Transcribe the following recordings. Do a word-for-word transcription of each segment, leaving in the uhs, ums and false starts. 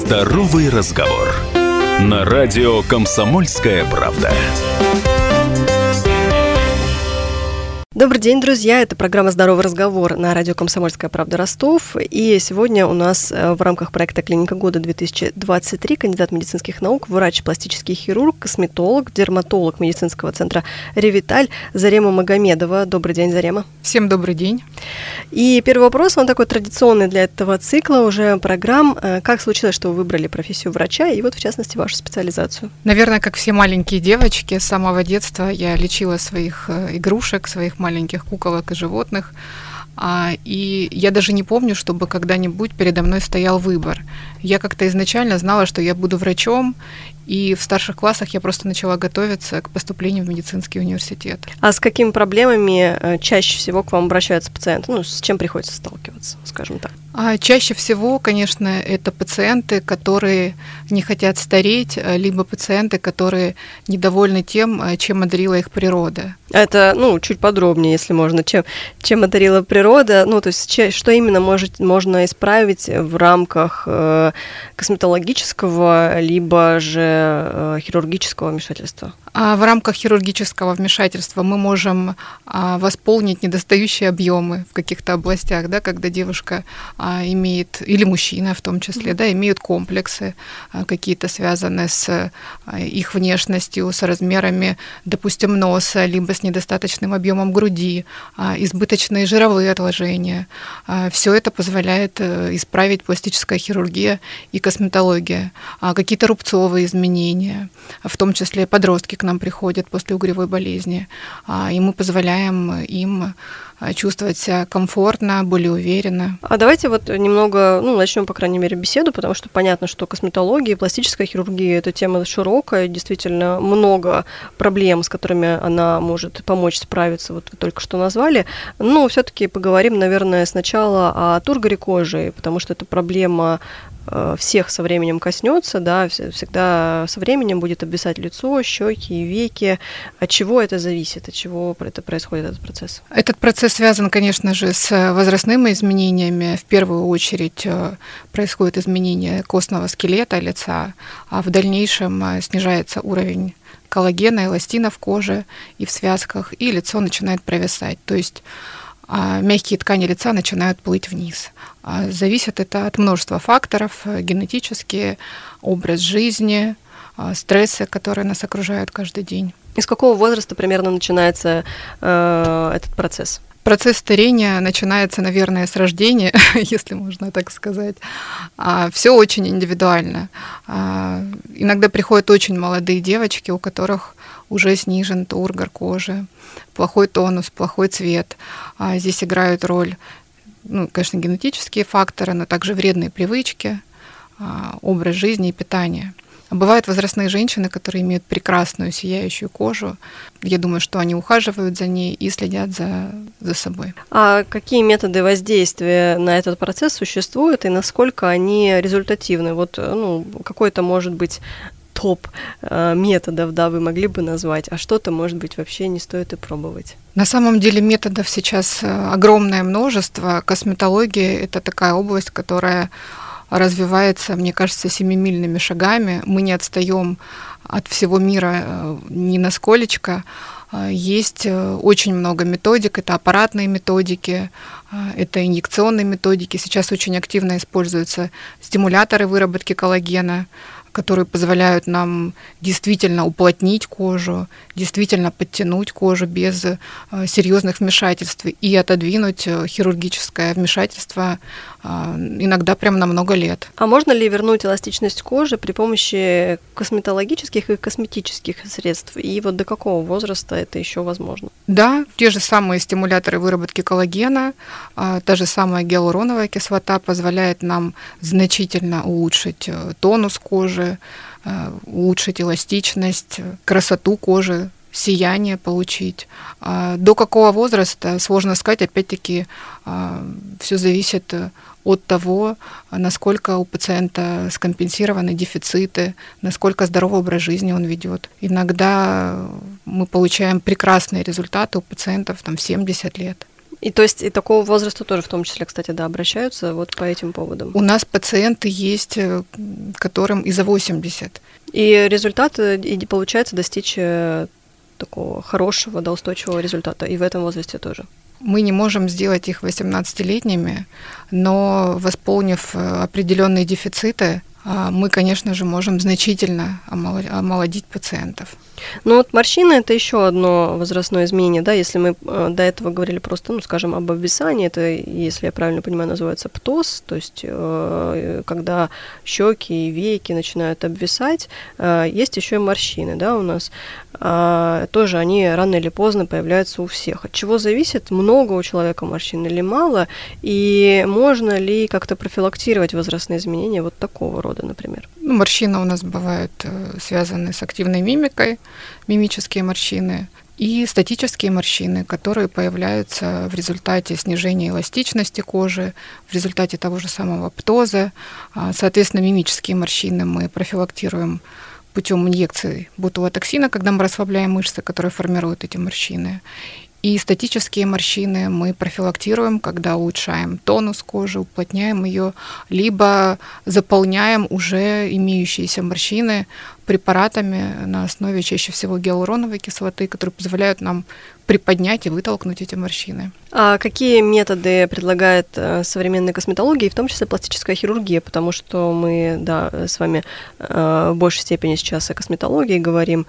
Здоровый разговор. На радио «Комсомольская правда». Добрый день, друзья! Это программа «Здоровый разговор» на радио «Комсомольская правда» Ростов. И сегодня у нас в рамках проекта «Клиника года-две тысячи двадцать три» кандидат медицинских наук, врач, пластический хирург, косметолог, дерматолог медицинского центра «Ревиталь» Зарема Магомедова. Добрый день, Зарема. Всем добрый день. И первый вопрос, он такой традиционный для этого цикла уже программ. Как случилось, что вы выбрали профессию врача и вот, в частности, вашу специализацию? Наверное, как все маленькие девочки, с самого детства я лечила своих игрушек, своих маленьких маленьких куколок и животных. А, и я даже не помню, чтобы когда-нибудь передо мной стоял выбор. Я как-то изначально знала, что я буду врачом, и в старших классах я просто начала готовиться к поступлению в медицинский университет. А с какими проблемами чаще всего к вам обращаются пациенты? Ну, с чем приходится сталкиваться, скажем так? А чаще всего, конечно, это пациенты, которые не хотят стареть, либо пациенты, которые недовольны тем, чем одарила их природа. Это, ну, чуть подробнее, если можно, чем, чем одарила природа. Ну, то есть, че, что именно может, можно исправить в рамках э, косметологического, либо же э, хирургического вмешательства? А в рамках хирургического вмешательства мы можем а, восполнить недостающие объемы в каких-то областях, да, когда девушка а, имеет, или мужчина в том числе, mm-hmm. да, имеют комплексы а, какие-то связанные с а, их внешностью, с размерами, допустим, носа, либо с недостаточным объемом груди, а, избыточные жировые отложения. А, все это позволяет а, исправить пластическая хирургия и косметология. А, какие-то рубцовые изменения, в том числе подростки к нам приходят после угревой болезни, и мы позволяем им чувствовать себя комфортно, более уверенно. А давайте вот немного, ну, начнем, по крайней мере, беседу, потому что понятно, что косметология и пластическая хирургия – это тема широкая, действительно много проблем, с которыми она может помочь справиться, вот вы только что назвали. Но все-таки поговорим, наверное, сначала о тургоре кожи, потому что эта проблема всех со временем коснется, да, всегда со временем будет обвисать лицо, щеки, веки. От чего это зависит, от чего это происходит, этот процесс? Этот процесс связан, конечно же, с возрастными изменениями. В первую очередь происходит изменение костного скелета лица, а в дальнейшем снижается уровень коллагена, эластина в коже и в связках, и лицо начинает провисать. То есть мягкие ткани лица начинают плыть вниз. Зависит это от множества факторов: генетические, образ жизни, стрессы, которые нас окружают каждый день. И с какого возраста примерно начинается э, этот процесс? Процесс старения начинается, наверное, с рождения, если можно так сказать. Все очень индивидуально. Иногда приходят очень молодые девочки, у которых уже снижен тургор кожи, плохой тонус, плохой цвет. Здесь играют роль, ну, конечно, генетические факторы, но также вредные привычки, образ жизни и питание. А бывают возрастные женщины, которые имеют прекрасную сияющую кожу. Я думаю, что они ухаживают за ней и следят за, за собой. А какие методы воздействия на этот процесс существуют и насколько они результативны? Вот, ну, какой-то, может быть, топ методов, да, вы могли бы назвать, а что-то, может быть, вообще не стоит и пробовать? На самом деле методов сейчас огромное множество. Косметология – это такая область, которая развивается, мне кажется, семимильными шагами. Мы не отстаем от всего мира ни на сколечко. Есть очень много методик. Это аппаратные методики, это инъекционные методики. Сейчас очень активно используются стимуляторы выработки коллагена, которые позволяют нам действительно уплотнить кожу, действительно подтянуть кожу без серьезных вмешательств и отодвинуть хирургическое вмешательство иногда прям на много лет. А можно ли вернуть эластичность кожи при помощи косметологических и косметических средств? И вот до какого возраста это еще возможно? Да, те же самые стимуляторы выработки коллагена, та же самая гиалуроновая кислота позволяет нам значительно улучшить тонус кожи, улучшить эластичность, красоту кожи, сияние получить. До какого возраста, сложно сказать, опять-таки, все зависит от того, насколько у пациента скомпенсированы дефициты, насколько здоровый образ жизни он ведет. Иногда мы получаем прекрасные результаты у пациентов там, в семьдесят лет. И то есть и такого возраста тоже в том числе, кстати, да, обращаются вот по этим поводам? У нас пациенты есть, которым и за восемьдесят. И результат, и получается достичь такого хорошего, да, устойчивого результата и в этом возрасте тоже? Мы не можем сделать их восемнадцатилетними, но восполнив определенные дефициты, мы, конечно же, можем значительно омолодить пациентов. Ну вот морщины – это еще одно возрастное изменение, да, если мы до этого говорили просто, ну, скажем, об обвисании, это, если я правильно понимаю, называется птоз, то есть когда щеки и веки начинают обвисать, есть еще и морщины, да, у нас. Тоже они рано или поздно появляются у всех. От чего зависит, много у человека морщин или мало, и можно ли как-то профилактировать возрастные изменения вот такого рода, например? Ну, морщины у нас бывают связаны с активной мимикой, мимические морщины, и статические морщины, которые появляются в результате снижения эластичности кожи, в результате того же самого птоза. Соответственно, мимические морщины мы профилактируем путем инъекции ботулотоксина, когда мы расслабляем мышцы, которые формируют эти морщины. И статические морщины мы профилактируем, когда улучшаем тонус кожи, уплотняем ее, либо заполняем уже имеющиеся морщины препаратами на основе чаще всего гиалуроновой кислоты, которые позволяют нам приподнять и вытолкнуть эти морщины. А какие методы предлагает современная косметология, в том числе пластическая хирургия? Потому что мы, да, с вами в большей степени сейчас о косметологии говорим.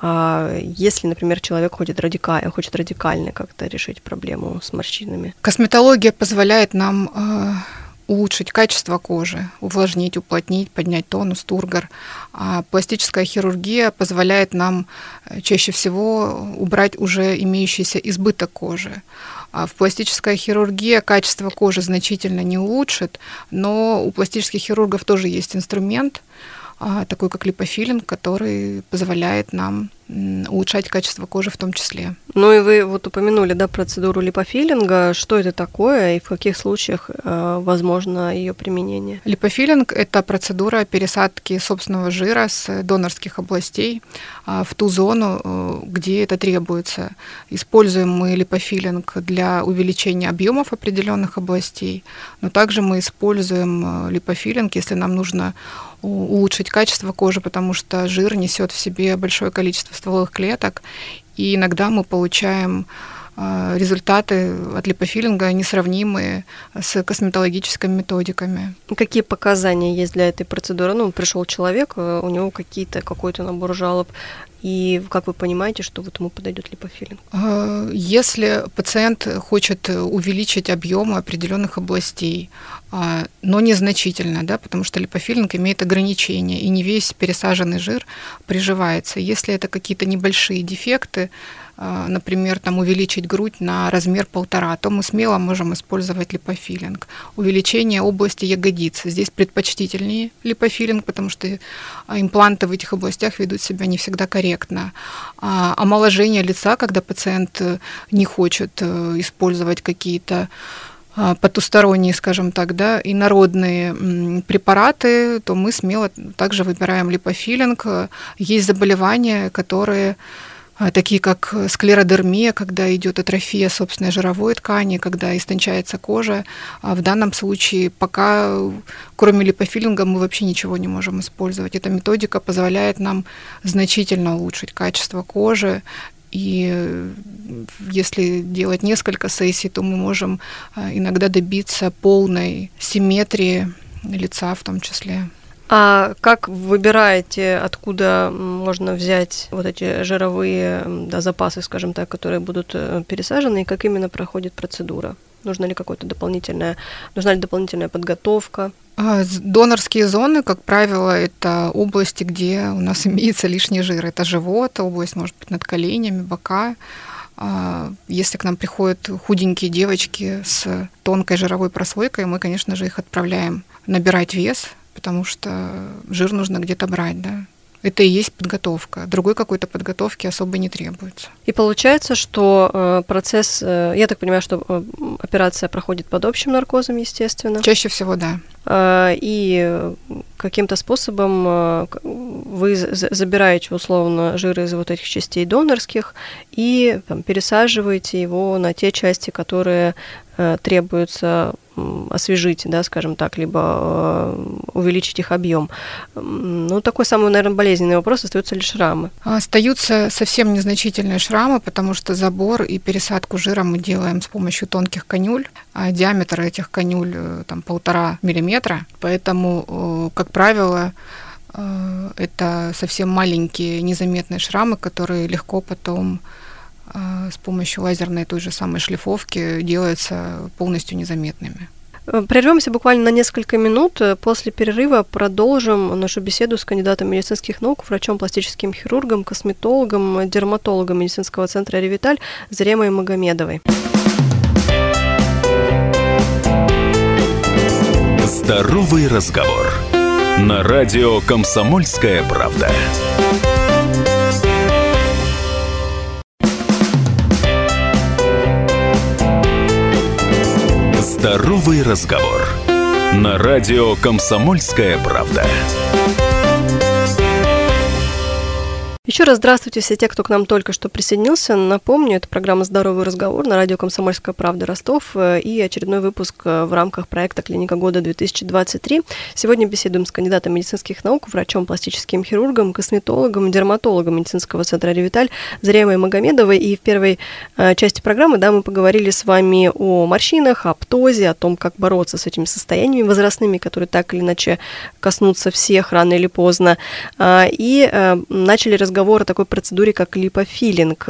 А если, например, человек хочет радикально, хочет радикально как-то решить проблему с морщинами? Косметология позволяет нам э, улучшить качество кожи, увлажнить, уплотнить, поднять тонус, тургор. А пластическая хирургия позволяет нам чаще всего убрать уже имеющийся избыток кожи. А в пластической хирургии качество кожи значительно не улучшит, но у пластических хирургов тоже есть инструмент, такой как липофилинг, который позволяет нам улучшать качество кожи в том числе. Ну и вы вот упомянули, да, процедуру липофилинга. Что это такое и в каких случаях э, возможно ее применение? Липофилинг – это процедура пересадки собственного жира с донорских областей э, в ту зону, э, где это требуется. Используем мы липофилинг для увеличения объемов определенных областей, но также мы используем липофилинг, если нам нужно улучшить качество кожи, потому что жир несет в себе большое количество стволовых клеток, и иногда мы получаем результаты от липофилинга несравнимые с косметологическими методиками. Какие показания есть для этой процедуры? Ну, пришел человек, у него какие-то, какой-то набор жалоб, и как вы понимаете, что вот ему подойдет липофилинг? Если пациент хочет увеличить объемы определенных областей, но незначительно, да, потому что липофилинг имеет ограничения, и не весь пересаженный жир приживается. Если это какие-то небольшие дефекты, например, там, увеличить грудь на размер полтора, то мы смело можем использовать липофилинг. Увеличение области ягодицы. Здесь предпочтительнее липофилинг, потому что импланты в этих областях ведут себя не всегда корректно. А омоложение лица, когда пациент не хочет использовать какие-то потусторонние, скажем так, да, инородные препараты, то мы смело также выбираем липофилинг. Есть заболевания, которые такие как склеродермия, когда идет атрофия собственной жировой ткани, когда истончается кожа. А в данном случае пока кроме липофилинга мы вообще ничего не можем использовать. Эта методика позволяет нам значительно улучшить качество кожи. И если делать несколько сессий, то мы можем иногда добиться полной симметрии лица в том числе. А как выбираете, откуда можно взять вот эти жировые, да, запасы, скажем так, которые будут пересажены, и как именно проходит процедура? Нужна ли какая-то дополнительная, нужна ли дополнительная подготовка? Донорские зоны, как правило, это области, где у нас имеется лишний жир. Это живот, область, может быть, над коленями, бока. Если к нам приходят худенькие девочки с тонкой жировой прослойкой, мы, конечно же, их отправляем набирать вес, потому что жир нужно где-то брать, да. это и есть подготовка. Другой какой-то подготовки особо не требуется. И получается, что э, процесс, э, я так понимаю, что э, операция проходит под общим наркозом, естественно. Чаще всего, да. Э, и каким-то способом э, вы за- забираете условно жир из вот этих частей донорских и там, пересаживаете его на те части, которые э, требуются освежить, да, скажем так, либо э, увеличить их объем. Ну, такой самый, наверное, болезненный вопрос, остаются ли шрамы? Остаются совсем незначительные шрамы, потому что забор и пересадку жира мы делаем с помощью тонких канюль, а диаметр этих канюль там полтора миллиметра, поэтому, как правило, это совсем маленькие незаметные шрамы, которые легко потом с помощью лазерной той же самой шлифовки делаются полностью незаметными. Прервемся буквально на несколько минут. После перерыва продолжим нашу беседу с кандидатом медицинских наук, врачом-пластическим хирургом, косметологом, дерматологом медицинского центра «Ревиталь» Заремой Магомедовой. Здоровый разговор. На радио «Комсомольская правда». Здоровый разговор. На радио «Комсомольская правда». Еще раз здравствуйте все те, кто к нам только что присоединился. Напомню, это программа «Здоровый разговор» на радио «Комсомольская правда» Ростов и очередной выпуск в рамках проекта «Клиника года-две тысячи двадцать три». Сегодня беседуем с кандидатом медицинских наук, врачом-пластическим хирургом, косметологом, дерматологом медицинского центра «Ревиталь» Заремой Магомедовой. И в первой части программы, да, мы поговорили с вами о морщинах, о птозе, о том, как бороться с этими состояниями возрастными, которые так или иначе коснутся всех рано или поздно. И начали разговаривать разговор о такой процедуре, как липофилинг.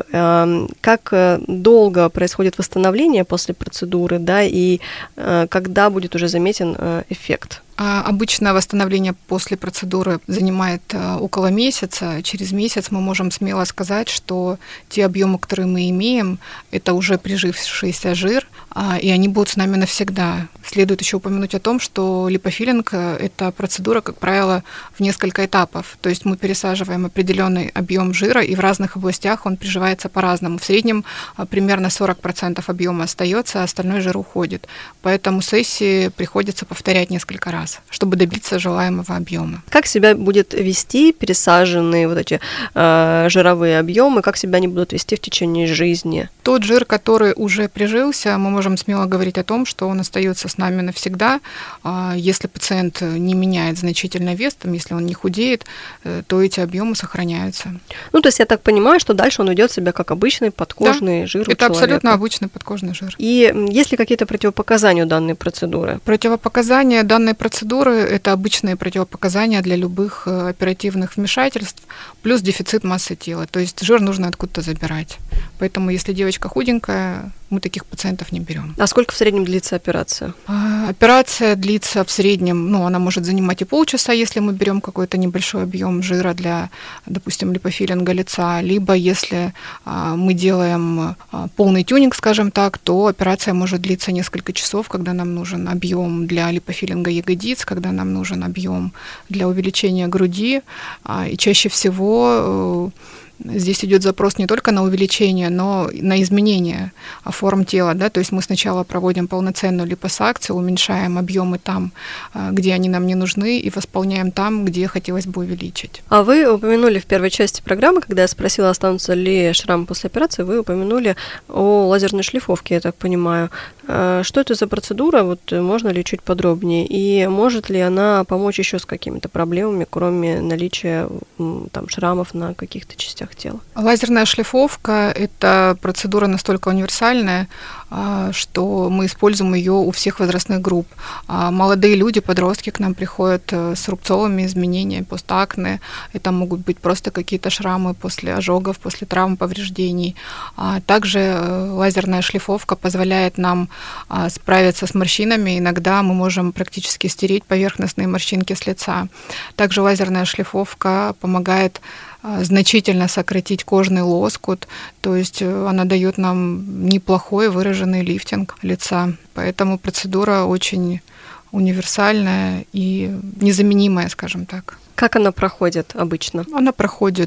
Как долго происходит восстановление после процедуры, да, и когда будет уже заметен эффект? Обычно восстановление после процедуры занимает около месяца. Через месяц мы можем смело сказать, что те объемы, которые мы имеем, это уже прижившийся жир, и они будут с нами навсегда. Следует еще упомянуть о том, что липофилинг – это процедура, как правило, в несколько этапов. То есть мы пересаживаем определенный объем жира, и в разных областях он приживается по-разному. В среднем примерно сорок процентов объема остается, а остальной жир уходит. Поэтому сессии приходится повторять несколько раз, чтобы добиться желаемого объема. Как себя будет вести пересаженные вот эти э, жировые объемы, как себя они будут вести в течение жизни? Тот жир, который уже прижился, мы можем смело говорить о том, что он остается с нами навсегда. Если пациент не меняет значительно вес, там, если он не худеет, то эти объемы сохраняются. Ну, то есть я так понимаю, что дальше он ведет себя как обычный подкожный да, жир у это человека. абсолютно обычный подкожный жир. И есть ли какие-то противопоказания у данной процедуры? Противопоказания данной процедуры – это обычные противопоказания для любых оперативных вмешательств, плюс дефицит массы тела. То есть жир нужно откуда-то забирать. Поэтому если девочка худенькая, мы таких пациентов не берем. А сколько в среднем длится операция? А, операция длится в среднем, ну, она может занимать и полчаса, если мы берем какой-то небольшой объем жира для, допустим, липофилинга лица, либо если а, мы делаем а, полный тюнинг, скажем так, то операция может длиться несколько часов, когда нам нужен объем для липофилинга ягодиц, когда нам нужен объем для увеличения груди, а, и чаще всего здесь идет запрос не только на увеличение, но и на изменение форм тела. Да? То есть мы сначала проводим полноценную липосакцию, уменьшаем объемы там, где они нам не нужны, и восполняем там, где хотелось бы увеличить. А вы упомянули в первой части программы, когда я спросила, останутся ли шрамы после операции, вы упомянули о лазерной шлифовке, я так понимаю. Что это за процедура? Вот можно ли чуть подробнее? И может ли она помочь еще с какими-то проблемами, кроме наличия там, шрамов на каких-то частях тела? Лазерная шлифовка – это процедура настолько универсальная, что мы используем ее у всех возрастных групп. Молодые люди, подростки к нам приходят с рубцовыми изменениями, постакне. Это могут быть просто какие-то шрамы после ожогов, после травм, повреждений. Также лазерная шлифовка позволяет нам справиться с морщинами. Иногда мы можем практически стереть поверхностные морщинки с лица. Также лазерная шлифовка помогает значительно сократить кожный лоскут, то есть она дает нам неплохой выраженный лифтинг лица. Поэтому процедура очень универсальная и незаменимая, скажем так. Как она проходит обычно? Она проходит,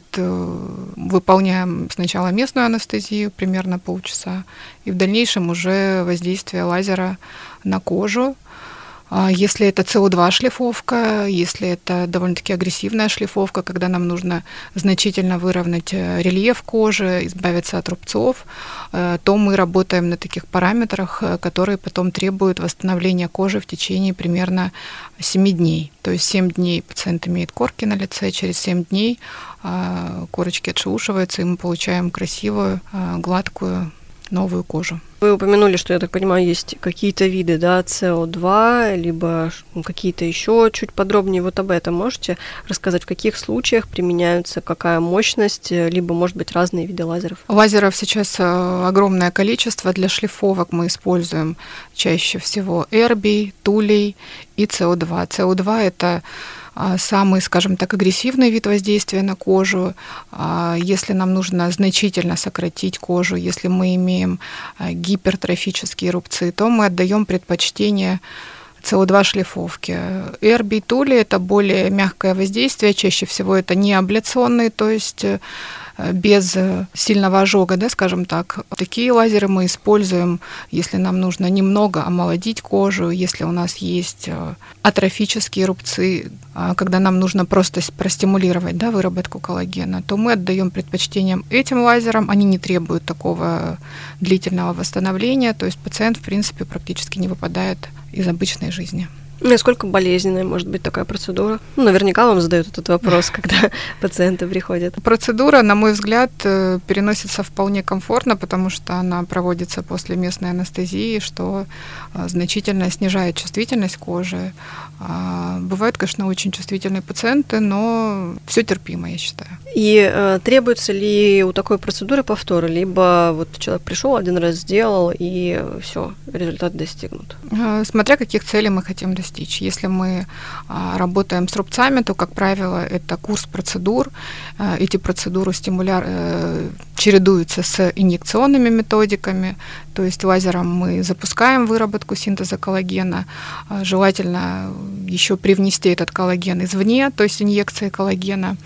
выполняем сначала местную анестезию, примерно полчаса, и в дальнейшем уже воздействие лазера на кожу. Если это цэ о два шлифовка, если это довольно-таки агрессивная шлифовка, когда нам нужно значительно выровнять рельеф кожи, избавиться от рубцов, то мы работаем на таких параметрах, которые потом требуют восстановления кожи в течение примерно семь дней. То есть семь дней пациент имеет корки на лице, через семь дней корочки отшелушиваются, и мы получаем красивую, гладкую, новую кожу. Вы упомянули, что, я так понимаю, есть какие-то виды, да, цэ о два, либо какие-то еще. Чуть подробнее вот об этом можете рассказать, в каких случаях применяются, какая мощность, либо, может быть, разные виды лазеров? Лазеров сейчас огромное количество. Для шлифовок мы используем чаще всего эрбий, тулей и цэ о два. цэ о два – это самый, скажем так, агрессивный вид воздействия на кожу. Если нам нужно значительно сократить кожу, если мы имеем гипертрофические рубцы, то мы отдаем предпочтение цэ о два шлифовки. Эрбий, тули – это более мягкое воздействие, чаще всего это не абляционные, то есть без сильного ожога, да, скажем так. Такие лазеры мы используем, если нам нужно немного омолодить кожу, если у нас есть атрофические рубцы, когда нам нужно просто простимулировать, да, выработку коллагена, то мы отдаем предпочтение этим лазерам. Они не требуют такого длительного восстановления, то есть пациент, в принципе, практически не выпадает из обычной жизни. Насколько болезненная может быть такая процедура? Ну, наверняка вам задают этот вопрос, когда пациенты приходят. Процедура, на мой взгляд, переносится вполне комфортно, потому что она проводится после местной анестезии, что значительно снижает чувствительность кожи. Бывают, конечно, очень чувствительные пациенты, но все терпимо, я считаю. И э, требуется ли у такой процедуры повторы, либо вот человек пришел, один раз сделал, и все, результат достигнут? Смотря каких целей мы хотим достичь. Если мы а, работаем с рубцами, то, как правило, это курс процедур. А, эти процедуры стимуляр... э, чередуются с инъекционными методиками, то есть лазером мы запускаем выработку синтеза коллагена, а, желательно еще привнести этот коллаген извне, то есть инъекции коллагена.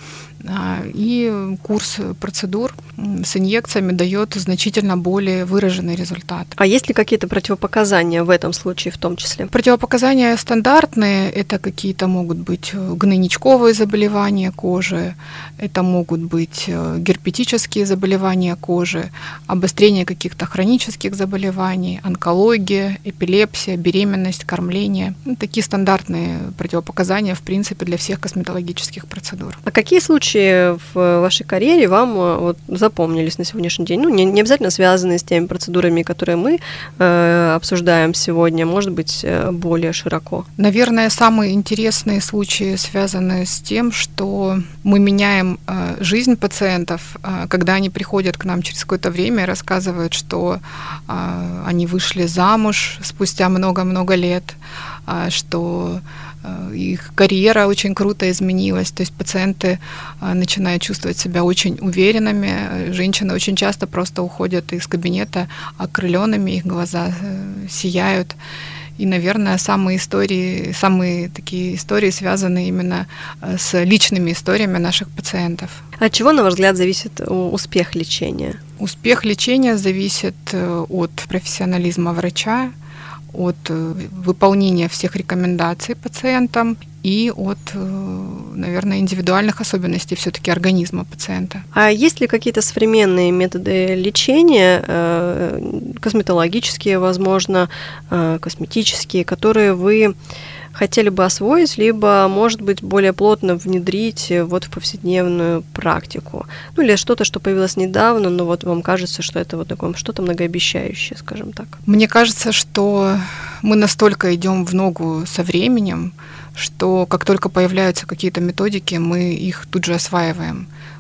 И курс процедур с инъекциями дает значительно более выраженный результат. А есть ли какие-то противопоказания в этом случае в том числе? Противопоказания стандартные. Это какие-то могут быть гнойничковые заболевания кожи, это могут быть герпетические заболевания кожи, обострение каких-то хронических заболеваний, онкология, эпилепсия, беременность, кормление. Ну, такие стандартные противопоказания, в принципе, для всех косметологических процедур. А какие случаи в вашей карьере вам вот запомнились на сегодняшний день? Ну, не, не обязательно связанные с теми процедурами, которые мы э, обсуждаем сегодня, может быть, более широко. Наверное, самые интересные случаи связаны с тем, что мы меняем э, жизнь пациентов, э, когда они приходят к нам через какое-то время и рассказывают, что э, они вышли замуж спустя много-много лет, э, что их карьера очень круто изменилась, то есть пациенты начинают чувствовать себя очень уверенными, женщины очень часто просто уходят из кабинета окрылёнными, их глаза сияют. И, наверное, самые истории, самые такие истории связаны именно с личными историями наших пациентов. От чего, на ваш взгляд, зависит успех лечения? Успех лечения зависит от профессионализма врача, от выполнения всех рекомендаций пациентам и от, наверное, индивидуальных особенностей все-таки организма пациента. А есть ли какие-то современные методы лечения, косметологические, возможно, косметические, которые вы хотели бы освоить, либо, может быть, более плотно внедрить вот в повседневную практику? Ну, или что-то, что появилось недавно, но вот вам кажется, что это вот такое что-то многообещающее, скажем так. Мне кажется, что мы настолько идем в ногу со временем, что как только появляются какие-то методики, мы их тут же осваиваем.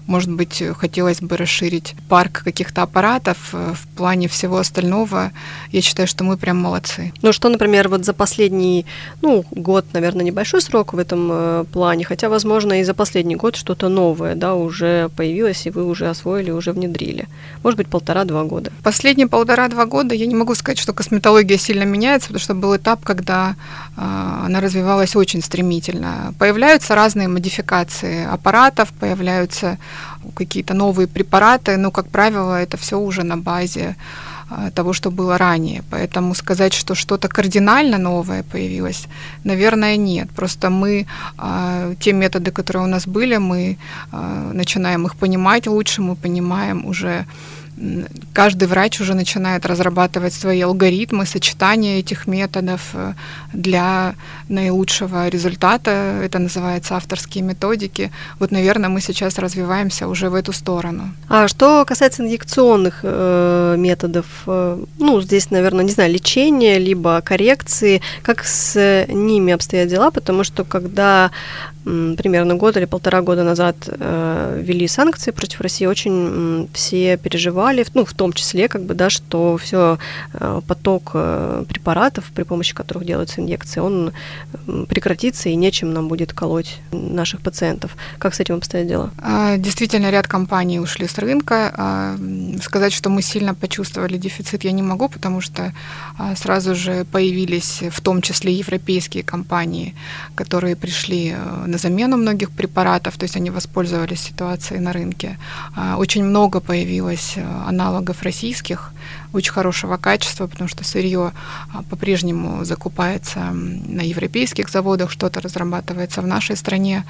может быть, хотелось бы расширить парк каких-то аппаратов. В плане всего остального, я считаю, что мы прям молодцы. Ну что, например, вот за последний, ну, год, наверное, небольшой срок в этом э, плане, хотя, возможно, и за последний год что-то новое, да, уже появилось, и вы уже освоили, уже внедрили. Может быть, полтора-два года. Последние полтора-два года я не могу сказать, что косметология сильно меняется, потому что был этап, когда э, она развивалась очень стремительно. Появляются разные модификации аппаратов, появляются какие-то новые препараты, но, как правило, это все уже на базе того, что было ранее. Поэтому сказать, что что-то кардинально новое появилось, наверное, нет. Просто мы, те методы, которые у нас были, мы начинаем их понимать лучше, мы понимаем уже, каждый врач уже начинает разрабатывать свои алгоритмы, сочетания этих методов для наилучшего результата. Это называется авторские методики. Вот, наверное, мы сейчас развиваемся уже в эту сторону. А что касается инъекционных э, методов, э, ну, здесь, наверное, не знаю, лечения, либо коррекции, как с ними обстоят дела? Потому что когда м, примерно год или полтора года назад э, ввели санкции против России, очень м, все переживали, ну, в том числе, как бы, да, что все поток препаратов, при помощи которых делаются инъекции, он прекратится и нечем нам будет колоть наших пациентов. Как с этим обстоят дела? Действительно, ряд компаний ушли с рынка. Сказать, что мы сильно почувствовали дефицит, я не могу, потому что сразу же появились в том числе европейские компании, которые пришли на замену многих препаратов, то есть они воспользовались ситуацией на рынке. Очень много появилось аналогов российских, очень хорошего качества, потому что сырье по-прежнему закупается на европейских заводах, что-то разрабатывается в нашей стране.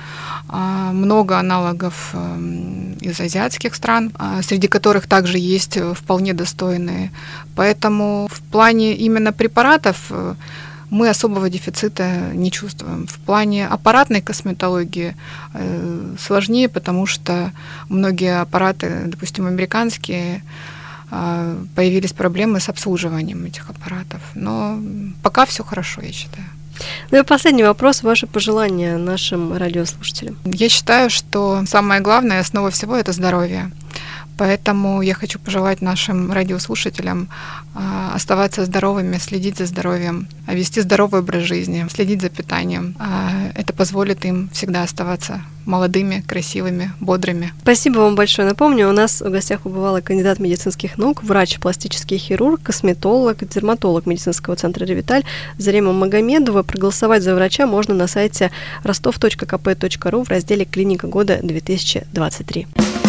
Много аналогов из азиатских стран, среди которых также есть вполне достойные. Поэтому в плане именно препаратов мы особого дефицита не чувствуем. В плане аппаратной косметологии э, сложнее, потому что многие аппараты, допустим, американские, э, появились проблемы с обслуживанием этих аппаратов. Но пока все хорошо, я считаю. Ну и последний вопрос, ваши пожелания нашим радиослушателям. Я считаю, что самое главное, основа всего – это здоровье. Поэтому я хочу пожелать нашим радиослушателям э, оставаться здоровыми, следить за здоровьем, вести здоровый образ жизни, следить за питанием. Э, это позволит им всегда оставаться молодыми, красивыми, бодрыми. Спасибо вам большое. Напомню, у нас в гостях побывала кандидат медицинских наук, врач-пластический хирург, косметолог, дерматолог медицинского центра «Ревиталь» Зарема Магомедова. Проголосовать за врача можно на сайте ростов точка ка пэ точка ру в разделе «Клиника года две тысячи двадцать три».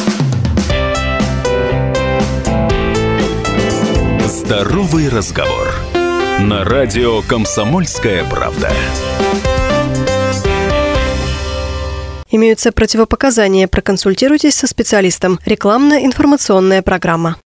Здоровый разговор. На радио «Комсомольская правда». Имеются противопоказания. Проконсультируйтесь со специалистом. Рекламно-информационная программа.